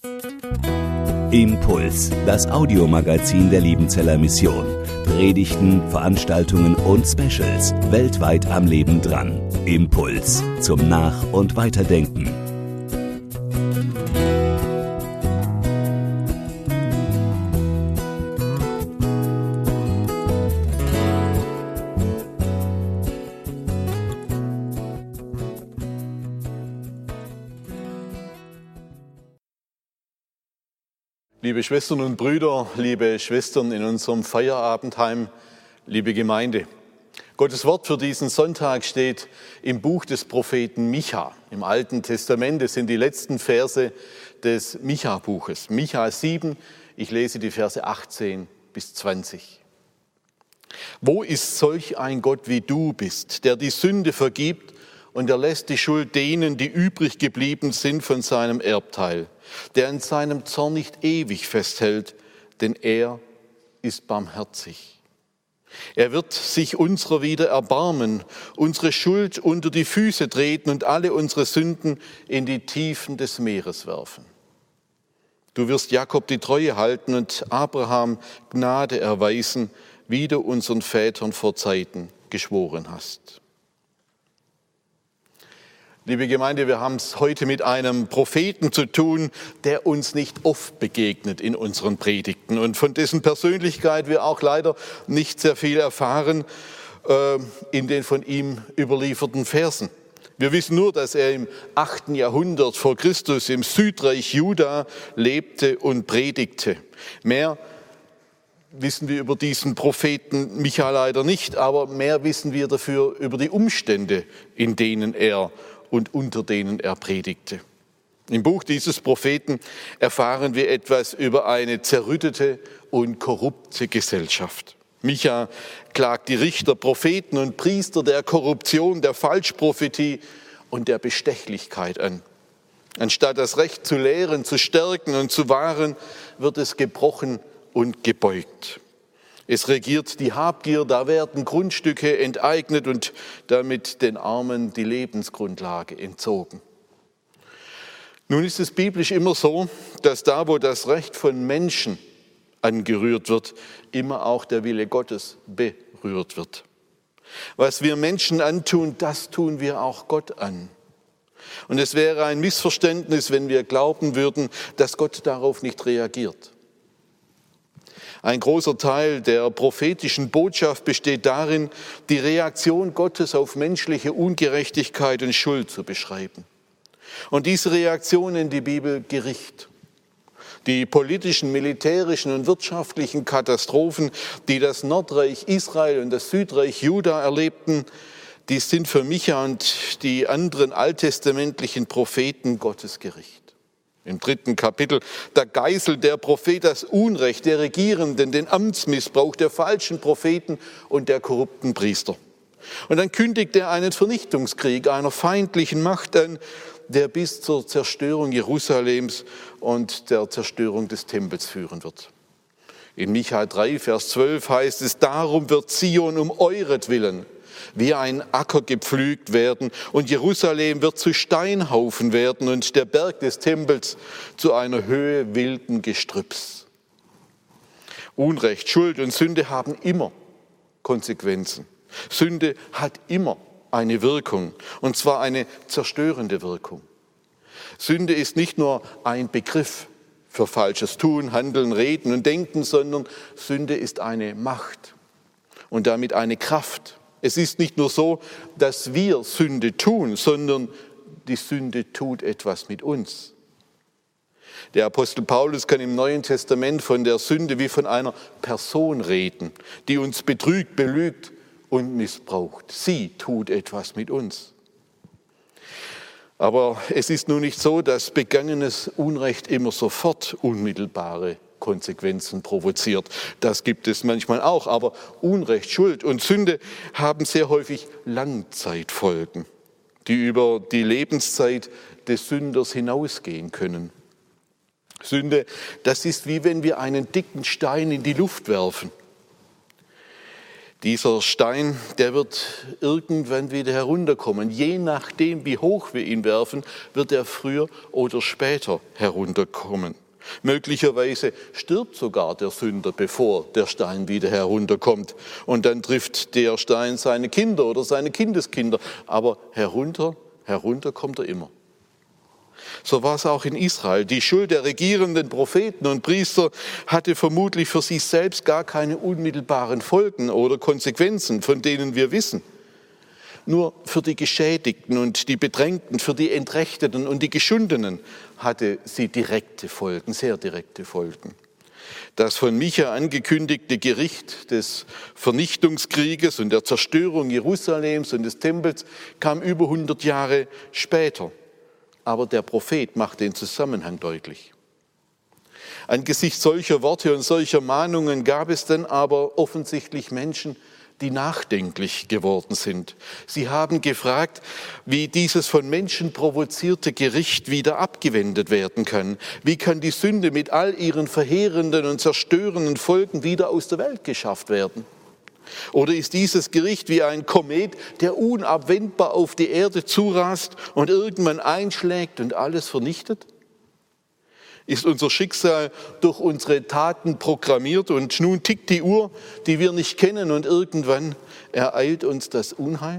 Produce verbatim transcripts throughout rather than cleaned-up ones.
Impuls, das Audiomagazin der Liebenzeller Mission. Predigten, Veranstaltungen und Specials weltweit am Leben dran. Impuls zum Nach- und Weiterdenken. Liebe Schwestern und Brüder, liebe Schwestern in unserem Feierabendheim, liebe Gemeinde. Gottes Wort für diesen Sonntag steht im Buch des Propheten Micha. Im Alten Testament, das sind die letzten Verse des Micha-Buches. Micha sieben, ich lese die Verse achtzehn bis zwanzig. Wo ist solch ein Gott wie du bist, der die Sünde vergibt und er lässt die Schuld denen, die übrig geblieben sind von seinem Erbteil, der in seinem Zorn nicht ewig festhält, denn er ist barmherzig. Er wird sich unserer wieder erbarmen, unsere Schuld unter die Füße treten und alle unsere Sünden in die Tiefen des Meeres werfen. Du wirst Jakob die Treue halten und Abraham Gnade erweisen, wie du unseren Vätern vor Zeiten geschworen hast. Liebe Gemeinde, wir haben es heute mit einem Propheten zu tun, der uns nicht oft begegnet in unseren Predigten und von dessen Persönlichkeit wir auch leider nicht sehr viel erfahren äh, in den von ihm überlieferten Versen. Wir wissen nur, dass er im achten Jahrhundert vor Christus im Südreich Juda lebte und predigte. Mehr wissen wir über diesen Propheten Micha leider nicht, aber mehr wissen wir dafür über die Umstände, in denen er und unter denen er predigte. Im Buch dieses Propheten erfahren wir etwas über eine zerrüttete und korrupte Gesellschaft. Micha klagt die Richter, Propheten und Priester der Korruption, der Falschprophetie und der Bestechlichkeit an. Anstatt das Recht zu lehren, zu stärken und zu wahren, wird es gebrochen und gebeugt. Es regiert die Habgier, da werden Grundstücke enteignet und damit den Armen die Lebensgrundlage entzogen. Nun ist es biblisch immer so, dass da, wo das Recht von Menschen angerührt wird, immer auch der Wille Gottes berührt wird. Was wir Menschen antun, das tun wir auch Gott an. Und es wäre ein Missverständnis, wenn wir glauben würden, dass Gott darauf nicht reagiert. Ein großer Teil der prophetischen Botschaft besteht darin, die Reaktion Gottes auf menschliche Ungerechtigkeit und Schuld zu beschreiben. Und diese Reaktion nennt die Bibel Gericht. Die politischen, militärischen und wirtschaftlichen Katastrophen, die das Nordreich Israel und das Südreich Juda erlebten, die sind für Micha und die anderen alttestamentlichen Propheten Gottes Gericht. Im dritten Kapitel, da geißelt der Prophet das Unrecht der Regierenden, den Amtsmissbrauch der falschen Propheten und der korrupten Priester. Und dann kündigt er einen Vernichtungskrieg einer feindlichen Macht an, der bis zur Zerstörung Jerusalems und der Zerstörung des Tempels führen wird. In Micha drei, Vers zwölf heißt es, darum wird Zion um euretwillen wie ein Acker gepflügt werden und Jerusalem wird zu Steinhaufen werden und der Berg des Tempels zu einer Höhe wilden Gestrüpps. Unrecht, Schuld und Sünde haben immer Konsequenzen. Sünde hat immer eine Wirkung, und zwar eine zerstörende Wirkung. Sünde ist nicht nur ein Begriff für falsches Tun, Handeln, Reden und Denken, sondern Sünde ist eine Macht und damit eine Kraft. Es ist nicht nur so, dass wir Sünde tun, sondern die Sünde tut etwas mit uns. Der Apostel Paulus kann im Neuen Testament von der Sünde wie von einer Person reden, die uns betrügt, belügt und missbraucht. Sie tut etwas mit uns. Aber es ist nun nicht so, dass begangenes Unrecht immer sofort unmittelbare Konsequenzen provoziert. Das gibt es manchmal auch, aber Unrecht, Schuld und Sünde haben sehr häufig Langzeitfolgen, die über die Lebenszeit des Sünders hinausgehen können. Sünde, das ist wie wenn wir einen dicken Stein in die Luft werfen. Dieser Stein, der wird irgendwann wieder herunterkommen. Je nachdem, wie hoch wir ihn werfen, wird er früher oder später herunterkommen. Möglicherweise stirbt sogar der Sünder, bevor der Stein wieder herunterkommt. Und dann trifft der Stein seine Kinder oder seine Kindeskinder. Aber herunter, herunter kommt er immer. So war es auch in Israel. Die Schuld der regierenden Propheten und Priester hatte vermutlich für sich selbst gar keine unmittelbaren Folgen oder Konsequenzen, von denen wir wissen. Nur für die Geschädigten und die Bedrängten, für die Entrechteten und die Geschundenen hatte sie direkte Folgen, sehr direkte Folgen. Das von Micha angekündigte Gericht des Vernichtungskrieges und der Zerstörung Jerusalems und des Tempels kam über hundert Jahre später. Aber der Prophet macht den Zusammenhang deutlich. Angesichts solcher Worte und solcher Mahnungen gab es dann aber offensichtlich Menschen, die nachdenklich geworden sind. Sie haben gefragt, wie dieses von Menschen provozierte Gericht wieder abgewendet werden kann. Wie kann die Sünde mit all ihren verheerenden und zerstörenden Folgen wieder aus der Welt geschafft werden? Oder ist dieses Gericht wie ein Komet, der unabwendbar auf die Erde zurast und irgendwann einschlägt und alles vernichtet? Ist unser Schicksal durch unsere Taten programmiert und nun tickt die Uhr, die wir nicht kennen, und irgendwann ereilt uns das Unheil?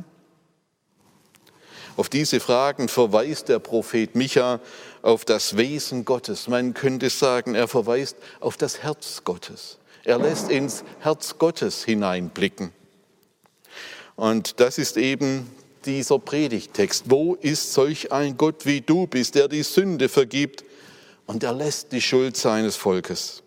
Auf diese Fragen verweist der Prophet Micha auf das Wesen Gottes. Man könnte sagen, er verweist auf das Herz Gottes. Er lässt ins Herz Gottes hineinblicken. Und das ist eben dieser Predigttext. Wo ist solch ein Gott wie du bist, der die Sünde vergibt und er lässt die Schuld seines Volkes?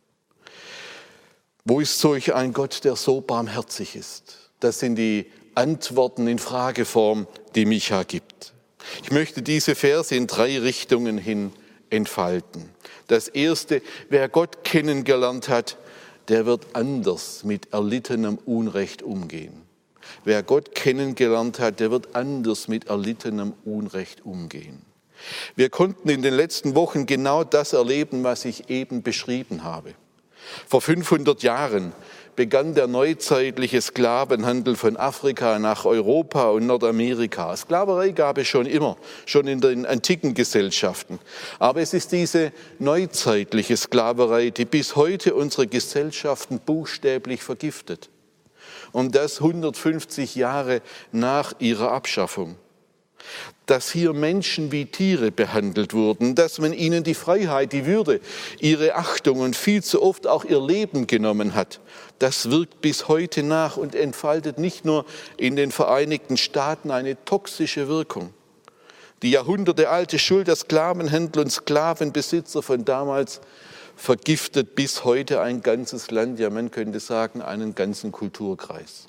Wo ist solch ein Gott, der so barmherzig ist? Das sind die Antworten in Frageform, die Micha gibt. Ich möchte diese Verse in drei Richtungen hin entfalten. Das erste: Wer Gott kennengelernt hat, der wird anders mit erlittenem Unrecht umgehen. Wer Gott kennengelernt hat, der wird anders mit erlittenem Unrecht umgehen. Wir konnten in den letzten Wochen genau das erleben, was ich eben beschrieben habe. Vor fünfhundert Jahren begann der neuzeitliche Sklavenhandel von Afrika nach Europa und Nordamerika. Sklaverei gab es schon immer, schon in den antiken Gesellschaften. Aber es ist diese neuzeitliche Sklaverei, die bis heute unsere Gesellschaften buchstäblich vergiftet. Und das hundertfünfzig Jahre nach ihrer Abschaffung. Dass hier Menschen wie Tiere behandelt wurden, dass man ihnen die Freiheit, die Würde, ihre Achtung und viel zu oft auch ihr Leben genommen hat, das wirkt bis heute nach und entfaltet nicht nur in den Vereinigten Staaten eine toxische Wirkung. Die jahrhundertealte Schuld der Sklavenhändler und Sklavenbesitzer von damals vergiftet bis heute ein ganzes Land, ja man könnte sagen einen ganzen Kulturkreis.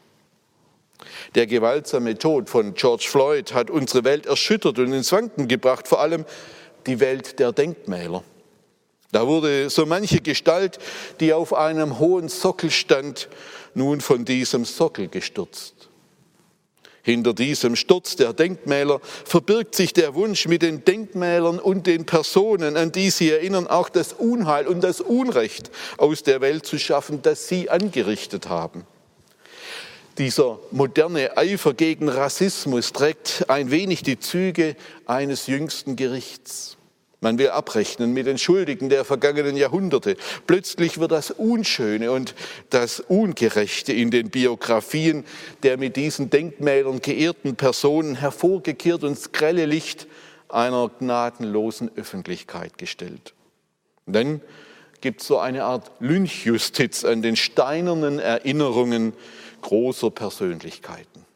Der gewaltsame Tod von George Floyd hat unsere Welt erschüttert und ins Wanken gebracht, vor allem die Welt der Denkmäler. Da wurde so manche Gestalt, die auf einem hohen Sockel stand, nun von diesem Sockel gestürzt. Hinter diesem Sturz der Denkmäler verbirgt sich der Wunsch, mit den Denkmälern und den Personen, an die sie erinnern, auch das Unheil und das Unrecht aus der Welt zu schaffen, das sie angerichtet haben. Dieser moderne Eifer gegen Rassismus trägt ein wenig die Züge eines jüngsten Gerichts. Man will abrechnen mit den Schuldigen der vergangenen Jahrhunderte. Plötzlich wird das Unschöne und das Ungerechte in den Biografien der mit diesen Denkmälern geehrten Personen hervorgekehrt und ins grelle Licht einer gnadenlosen Öffentlichkeit gestellt. Dann gibt es so eine Art Lynchjustiz an den steinernen Erinnerungen großer Persönlichkeiten.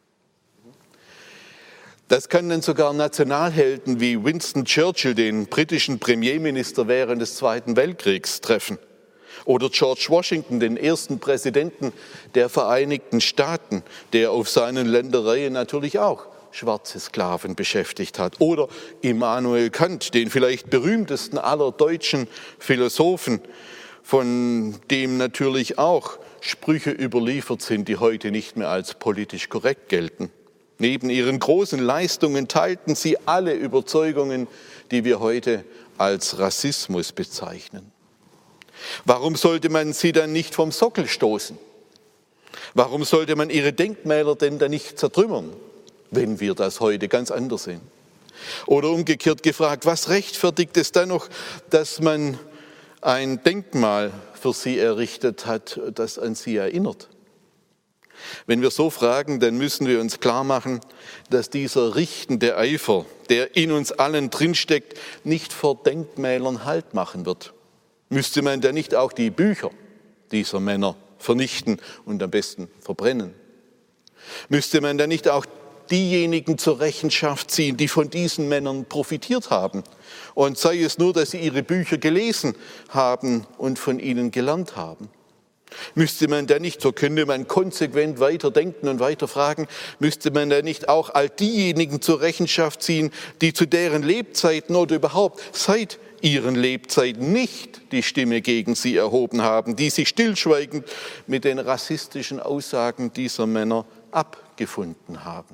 Das kann dann sogar Nationalhelden wie Winston Churchill, den britischen Premierminister während des Zweiten Weltkriegs, treffen. Oder George Washington, den ersten Präsidenten der Vereinigten Staaten, der auf seinen Ländereien natürlich auch schwarze Sklaven beschäftigt hat. Oder Immanuel Kant, den vielleicht berühmtesten aller deutschen Philosophen, von dem natürlich auch Sprüche überliefert sind, die heute nicht mehr als politisch korrekt gelten. Neben ihren großen Leistungen teilten sie alle Überzeugungen, die wir heute als Rassismus bezeichnen. Warum sollte man sie dann nicht vom Sockel stoßen? Warum sollte man ihre Denkmäler denn dann nicht zertrümmern, wenn wir das heute ganz anders sehen? Oder umgekehrt gefragt, was rechtfertigt es dann noch, dass man ein Denkmal für sie errichtet hat, das an sie erinnert? Wenn wir so fragen, dann müssen wir uns klar machen, dass dieser richtende Eifer, der in uns allen drinsteckt, nicht vor Denkmälern Halt machen wird. Müsste man dann nicht auch die Bücher dieser Männer vernichten und am besten verbrennen? Müsste man dann nicht auch diejenigen zur Rechenschaft ziehen, die von diesen Männern profitiert haben? Und sei es nur, dass sie ihre Bücher gelesen haben und von ihnen gelernt haben. Müsste man da nicht, so könnte man konsequent weiterdenken und weiterfragen, müsste man da nicht auch all diejenigen zur Rechenschaft ziehen, die zu deren Lebzeiten oder überhaupt seit ihren Lebzeiten nicht die Stimme gegen sie erhoben haben, die sich stillschweigend mit den rassistischen Aussagen dieser Männer abgefunden haben?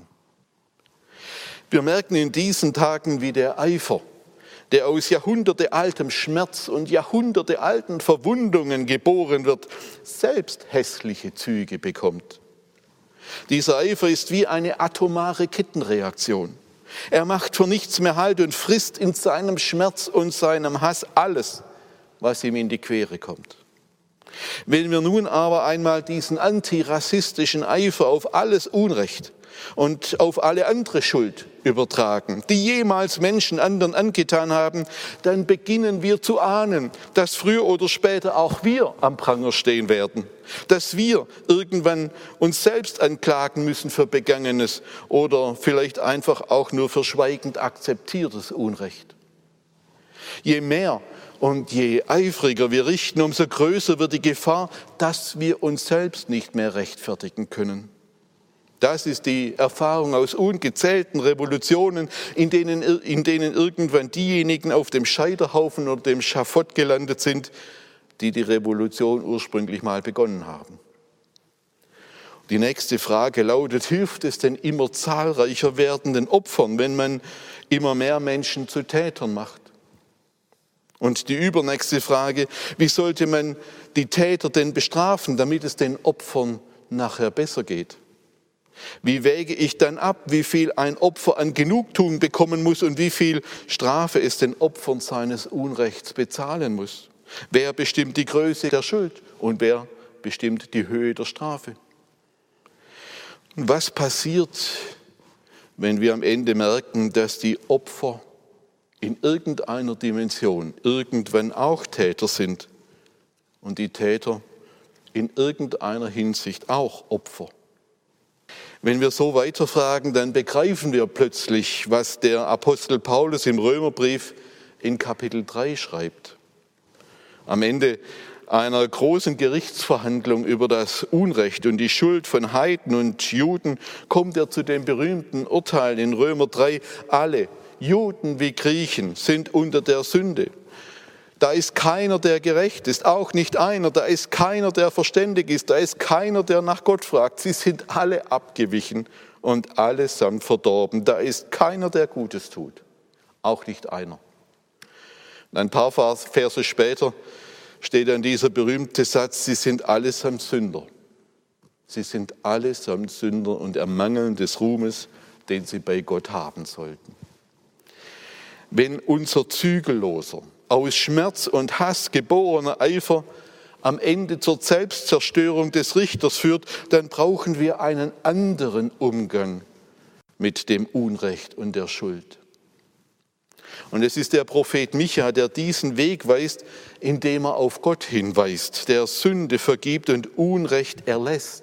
Wir merken in diesen Tagen, wie der Eifer, der aus jahrhundertealtem Schmerz und jahrhundertealten Verwundungen geboren wird, selbst hässliche Züge bekommt. Dieser Eifer ist wie eine atomare Kettenreaktion. Er macht vor nichts mehr Halt und frisst in seinem Schmerz und seinem Hass alles, was ihm in die Quere kommt. Wenn wir nun aber einmal diesen antirassistischen Eifer auf alles Unrecht und auf alle andere Schuld übertragen, die jemals Menschen anderen angetan haben, dann beginnen wir zu ahnen, dass früher oder später auch wir am Pranger stehen werden, dass wir irgendwann uns selbst anklagen müssen für Begangenes oder vielleicht einfach auch nur für schweigend akzeptiertes Unrecht. Je mehr und je eifriger wir richten, umso größer wird die Gefahr, dass wir uns selbst nicht mehr rechtfertigen können. Das ist die Erfahrung aus ungezählten Revolutionen, in denen, in denen irgendwann diejenigen auf dem Scheiterhaufen oder dem Schafott gelandet sind, die die Revolution ursprünglich mal begonnen haben. Die nächste Frage lautet, hilft es den immer zahlreicher werdenden Opfern, wenn man immer mehr Menschen zu Tätern macht? Und die übernächste Frage, wie sollte man die Täter denn bestrafen, damit es den Opfern nachher besser geht? Wie wäge ich dann ab, wie viel ein Opfer an Genugtuung bekommen muss und wie viel Strafe es den Opfern seines Unrechts bezahlen muss? Wer bestimmt die Größe der Schuld und wer bestimmt die Höhe der Strafe? Und was passiert, wenn wir am Ende merken, dass die Opfer in irgendeiner Dimension irgendwann auch Täter sind und die Täter in irgendeiner Hinsicht auch Opfer? Wenn wir so weiterfragen, dann begreifen wir plötzlich, was der Apostel Paulus im Römerbrief in Kapitel drei schreibt. Am Ende einer großen Gerichtsverhandlung über das Unrecht und die Schuld von Heiden und Juden kommt er zu dem berühmten Urteil in Römer drei, alle, Juden wie Griechen, sind unter der Sünde. Da ist keiner, der gerecht ist, auch nicht einer. Da ist keiner, der verständig ist. Da ist keiner, der nach Gott fragt. Sie sind alle abgewichen und allesamt verdorben. Da ist keiner, der Gutes tut, auch nicht einer. Und ein paar Verse später steht dann dieser berühmte Satz, sie sind allesamt Sünder. Sie sind allesamt Sünder und ermangeln des Ruhmes, den sie bei Gott haben sollten. Wenn unser zügelloser, aus Schmerz und Hass geborener Eifer am Ende zur Selbstzerstörung des Richters führt, dann brauchen wir einen anderen Umgang mit dem Unrecht und der Schuld. Und es ist der Prophet Micha, der diesen Weg weist, indem er auf Gott hinweist, der Sünde vergibt und Unrecht erlässt.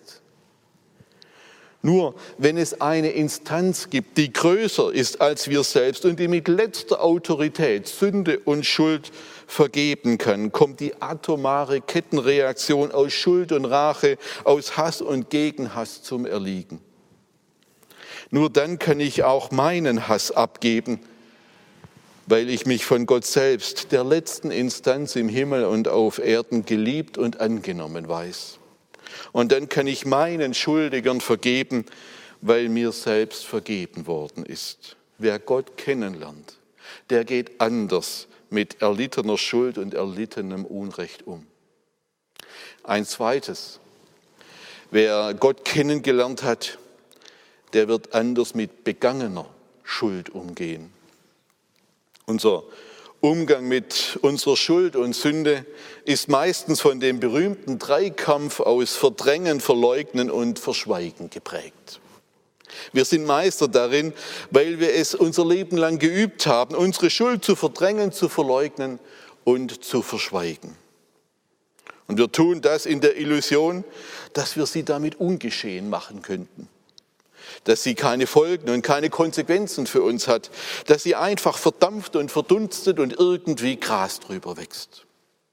Nur wenn es eine Instanz gibt, die größer ist als wir selbst und die mit letzter Autorität Sünde und Schuld vergeben kann, kommt die atomare Kettenreaktion aus Schuld und Rache, aus Hass und Gegenhass zum Erliegen. Nur dann kann ich auch meinen Hass abgeben, weil ich mich von Gott selbst, der letzten Instanz im Himmel und auf Erden, geliebt und angenommen weiß. Und dann kann ich meinen Schuldigern vergeben, weil mir selbst vergeben worden ist. Wer Gott kennenlernt, der geht anders mit erlittener Schuld und erlittenem Unrecht um. Ein zweites. Wer Gott kennengelernt hat, der wird anders mit begangener Schuld umgehen. Unser Umgang mit unserer Schuld und Sünde ist meistens von dem berühmten Dreikampf aus Verdrängen, Verleugnen und Verschweigen geprägt. Wir sind Meister darin, weil wir es unser Leben lang geübt haben, unsere Schuld zu verdrängen, zu verleugnen und zu verschweigen. Und wir tun das in der Illusion, dass wir sie damit ungeschehen machen könnten. Dass sie keine Folgen und keine Konsequenzen für uns hat. Dass sie einfach verdampft und verdunstet und irgendwie Gras drüber wächst.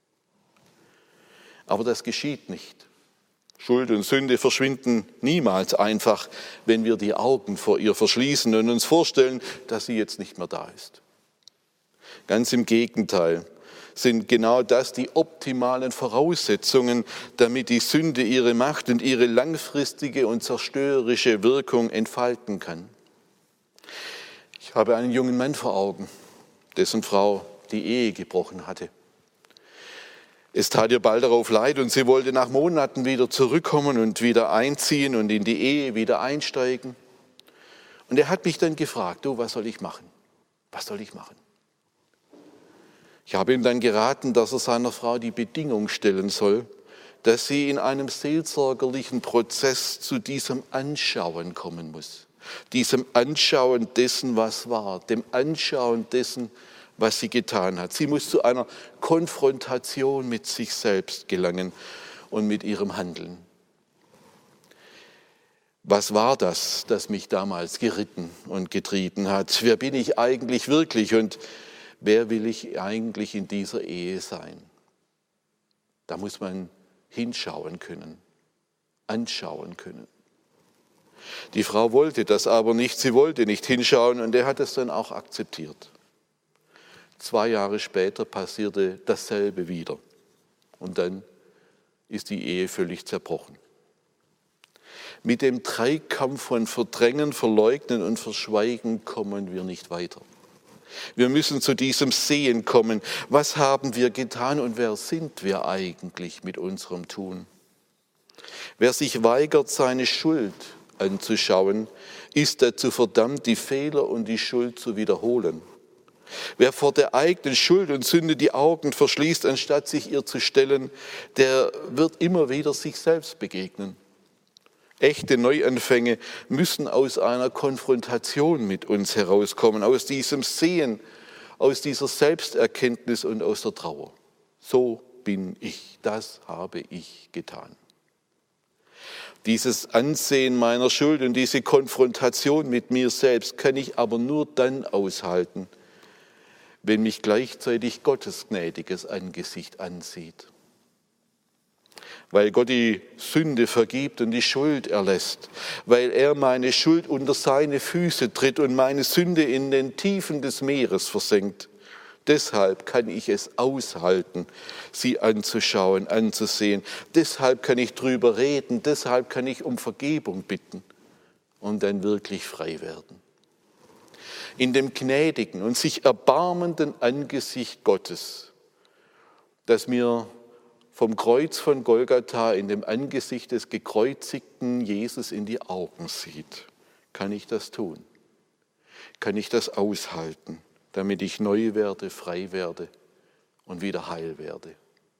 Aber das geschieht nicht. Schuld und Sünde verschwinden niemals einfach, wenn wir die Augen vor ihr verschließen und uns vorstellen, dass sie jetzt nicht mehr da ist. Ganz im Gegenteil sind genau das die optimalen Voraussetzungen, damit die Sünde ihre Macht und ihre langfristige und zerstörerische Wirkung entfalten kann. Ich habe einen jungen Mann vor Augen, dessen Frau die Ehe gebrochen hatte. Es tat ihr bald darauf leid und sie wollte nach Monaten wieder zurückkommen und wieder einziehen und in die Ehe wieder einsteigen. Und er hat mich dann gefragt, du, was soll ich machen? Was soll ich machen? Ich habe ihm dann geraten, dass er seiner Frau die Bedingung stellen soll, dass sie in einem seelsorgerlichen Prozess zu diesem Anschauen kommen muss. Diesem Anschauen dessen, was war, dem Anschauen dessen, was sie getan hat. Sie muss zu einer Konfrontation mit sich selbst gelangen und mit ihrem Handeln. Was war das, das mich damals geritten und getrieben hat? Wer bin ich eigentlich wirklich und wer will ich eigentlich in dieser Ehe sein? Da muss man hinschauen können, anschauen können. Die Frau wollte das aber nicht, sie wollte nicht hinschauen und er hat es dann auch akzeptiert. Zwei Jahre später passierte dasselbe wieder und dann ist die Ehe völlig zerbrochen. Mit dem Dreikampf von Verdrängen, Verleugnen und Verschweigen kommen wir nicht weiter. Wir müssen zu diesem Sehen kommen. Was haben wir getan und wer sind wir eigentlich mit unserem Tun? Wer sich weigert, seine Schuld anzuschauen, ist dazu verdammt, die Fehler und die Schuld zu wiederholen. Wer vor der eigenen Schuld und Sünde die Augen verschließt, anstatt sich ihr zu stellen, der wird immer wieder sich selbst begegnen. Echte Neuanfänge müssen aus einer Konfrontation mit uns herauskommen, aus diesem Sehen, aus dieser Selbsterkenntnis und aus der Trauer. So bin ich, das habe ich getan. Dieses Ansehen meiner Schuld und diese Konfrontation mit mir selbst kann ich aber nur dann aushalten, wenn mich gleichzeitig Gottes gnädiges Angesicht ansieht. Weil Gott die Sünde vergibt und die Schuld erlässt, weil er meine Schuld unter seine Füße tritt und meine Sünde in den Tiefen des Meeres versenkt. Deshalb kann ich es aushalten, sie anzuschauen, anzusehen. Deshalb kann ich drüber reden, deshalb kann ich um Vergebung bitten und dann wirklich frei werden. In dem gnädigen und sich erbarmenden Angesicht Gottes, das mir vom Kreuz von Golgatha in dem Angesicht des gekreuzigten Jesus in die Augen sieht, kann ich das tun, kann ich das aushalten, damit ich neu werde, frei werde und wieder heil werde.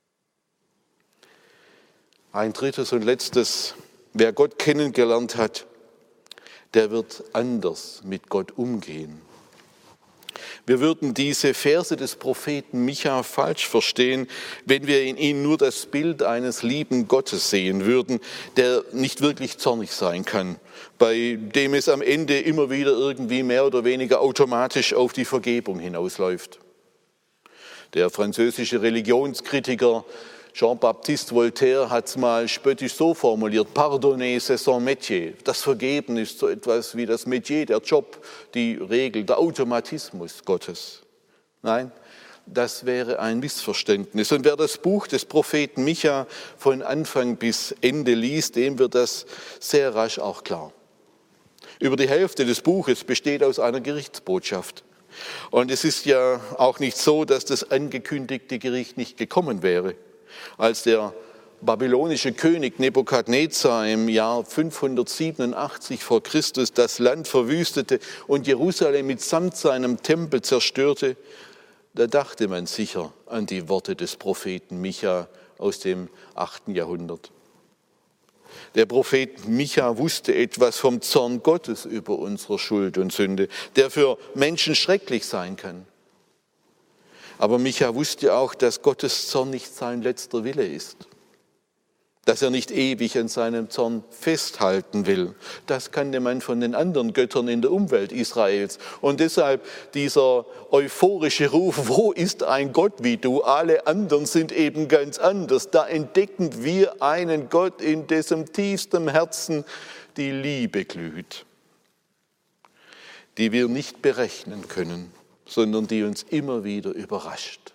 Ein drittes und letztes, wer Gott kennengelernt hat, der wird anders mit Gott umgehen. Wir würden diese Verse des Propheten Micha falsch verstehen, wenn wir in ihnen nur das Bild eines lieben Gottes sehen würden, der nicht wirklich zornig sein kann, bei dem es am Ende immer wieder irgendwie mehr oder weniger automatisch auf die Vergebung hinausläuft. Der französische Religionskritiker Jean-Baptiste Voltaire hat es mal spöttisch so formuliert: Pardonner, c'est son métier. Das Vergeben ist so etwas wie das Metier, der Job, die Regel, der Automatismus Gottes. Nein, das wäre ein Missverständnis. Und wer das Buch des Propheten Micha von Anfang bis Ende liest, dem wird das sehr rasch auch klar. Über die Hälfte des Buches besteht aus einer Gerichtsbotschaft. Und es ist ja auch nicht so, dass das angekündigte Gericht nicht gekommen wäre. Als der babylonische König Nebukadnezar im Jahr fünfhundertsiebenundachtzig vor Christus das Land verwüstete und Jerusalem mitsamt seinem Tempel zerstörte, da dachte man sicher an die Worte des Propheten Micha aus dem achten Jahrhundert. Der Prophet Micha wusste etwas vom Zorn Gottes über unsere Schuld und Sünde, der für Menschen schrecklich sein kann. Aber Micha wusste auch, dass Gottes Zorn nicht sein letzter Wille ist, dass er nicht ewig an seinem Zorn festhalten will. Das kannte man von den anderen Göttern in der Umwelt Israels. Und deshalb dieser euphorische Ruf, wo ist ein Gott wie du? Alle anderen sind eben ganz anders. Da entdecken wir einen Gott, in dessen tiefstem Herzen die Liebe glüht, die wir nicht berechnen können, sondern die uns immer wieder überrascht.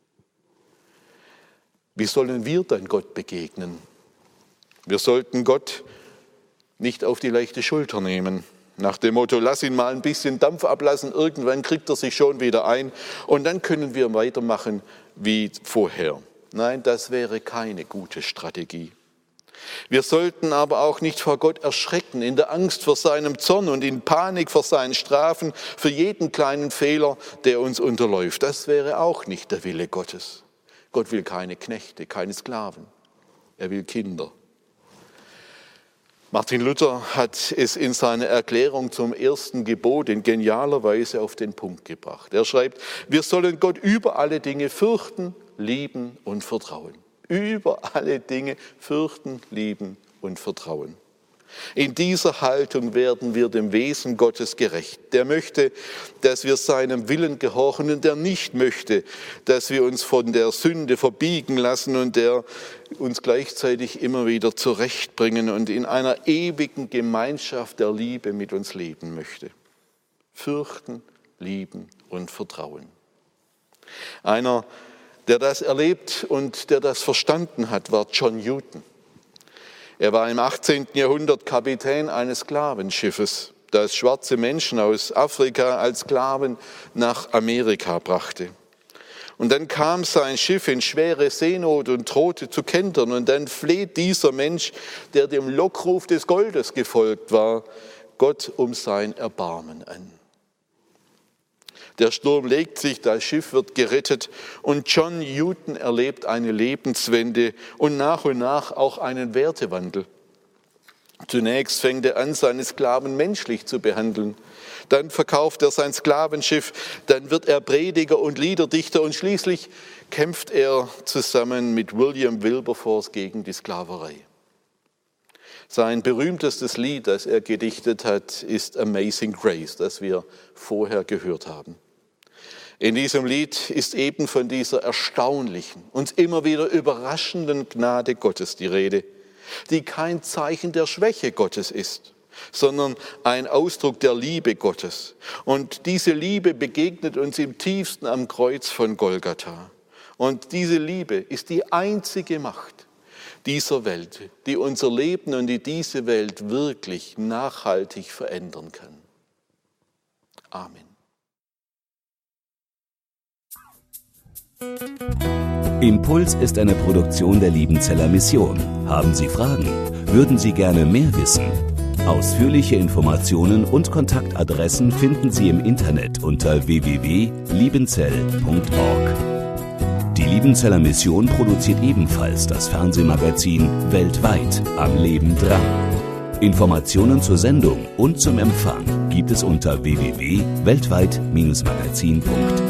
Wie sollen wir dann Gott begegnen? Wir sollten Gott nicht auf die leichte Schulter nehmen. Nach dem Motto, lass ihn mal ein bisschen Dampf ablassen, irgendwann kriegt er sich schon wieder ein und dann können wir weitermachen wie vorher. Nein, das wäre keine gute Strategie. Wir sollten aber auch nicht vor Gott erschrecken, in der Angst vor seinem Zorn und in Panik vor seinen Strafen für jeden kleinen Fehler, der uns unterläuft. Das wäre auch nicht der Wille Gottes. Gott will keine Knechte, keine Sklaven. Er will Kinder. Martin Luther hat es in seiner Erklärung zum ersten Gebot in genialer Weise auf den Punkt gebracht. Er schreibt, wir sollen Gott über alle Dinge fürchten, lieben und vertrauen. Über alle Dinge fürchten, lieben und vertrauen. In dieser Haltung werden wir dem Wesen Gottes gerecht. Der möchte, dass wir seinem Willen gehorchen und der nicht möchte, dass wir uns von der Sünde verbiegen lassen und der uns gleichzeitig immer wieder zurechtbringen und in einer ewigen Gemeinschaft der Liebe mit uns leben möchte. Fürchten, lieben und vertrauen. Einer, der das erlebt und der das verstanden hat, war John Newton. Er war im achtzehnten Jahrhundert Kapitän eines Sklavenschiffes, das schwarze Menschen aus Afrika als Sklaven nach Amerika brachte. Und dann kam sein Schiff in schwere Seenot und drohte zu kentern. Und dann fleht dieser Mensch, der dem Lockruf des Goldes gefolgt war, Gott um sein Erbarmen an. Der Sturm legt sich, das Schiff wird gerettet und John Newton erlebt eine Lebenswende und nach und nach auch einen Wertewandel. Zunächst fängt er an, seine Sklaven menschlich zu behandeln. Dann verkauft er sein Sklavenschiff, dann wird er Prediger und Liederdichter und schließlich kämpft er zusammen mit William Wilberforce gegen die Sklaverei. Sein berühmtestes Lied, das er gedichtet hat, ist Amazing Grace, das wir vorher gehört haben. In diesem Lied ist eben von dieser erstaunlichen, uns immer wieder überraschenden Gnade Gottes die Rede, die kein Zeichen der Schwäche Gottes ist, sondern ein Ausdruck der Liebe Gottes. Und diese Liebe begegnet uns im tiefsten am Kreuz von Golgatha. Und diese Liebe ist die einzige Macht dieser Welt, die unser Leben und die diese Welt wirklich nachhaltig verändern kann. Amen. Impuls ist eine Produktion der Liebenzeller Mission. Haben Sie Fragen? Würden Sie gerne mehr wissen? Ausführliche Informationen und Kontaktadressen finden Sie im Internet unter w w w punkt liebenzell punkt org. Die Liebenzeller Mission produziert ebenfalls das Fernsehmagazin Weltweit am Leben dran. Informationen zur Sendung und zum Empfang gibt es unter w w w punkt weltweit Bindestrich magazin punkt de.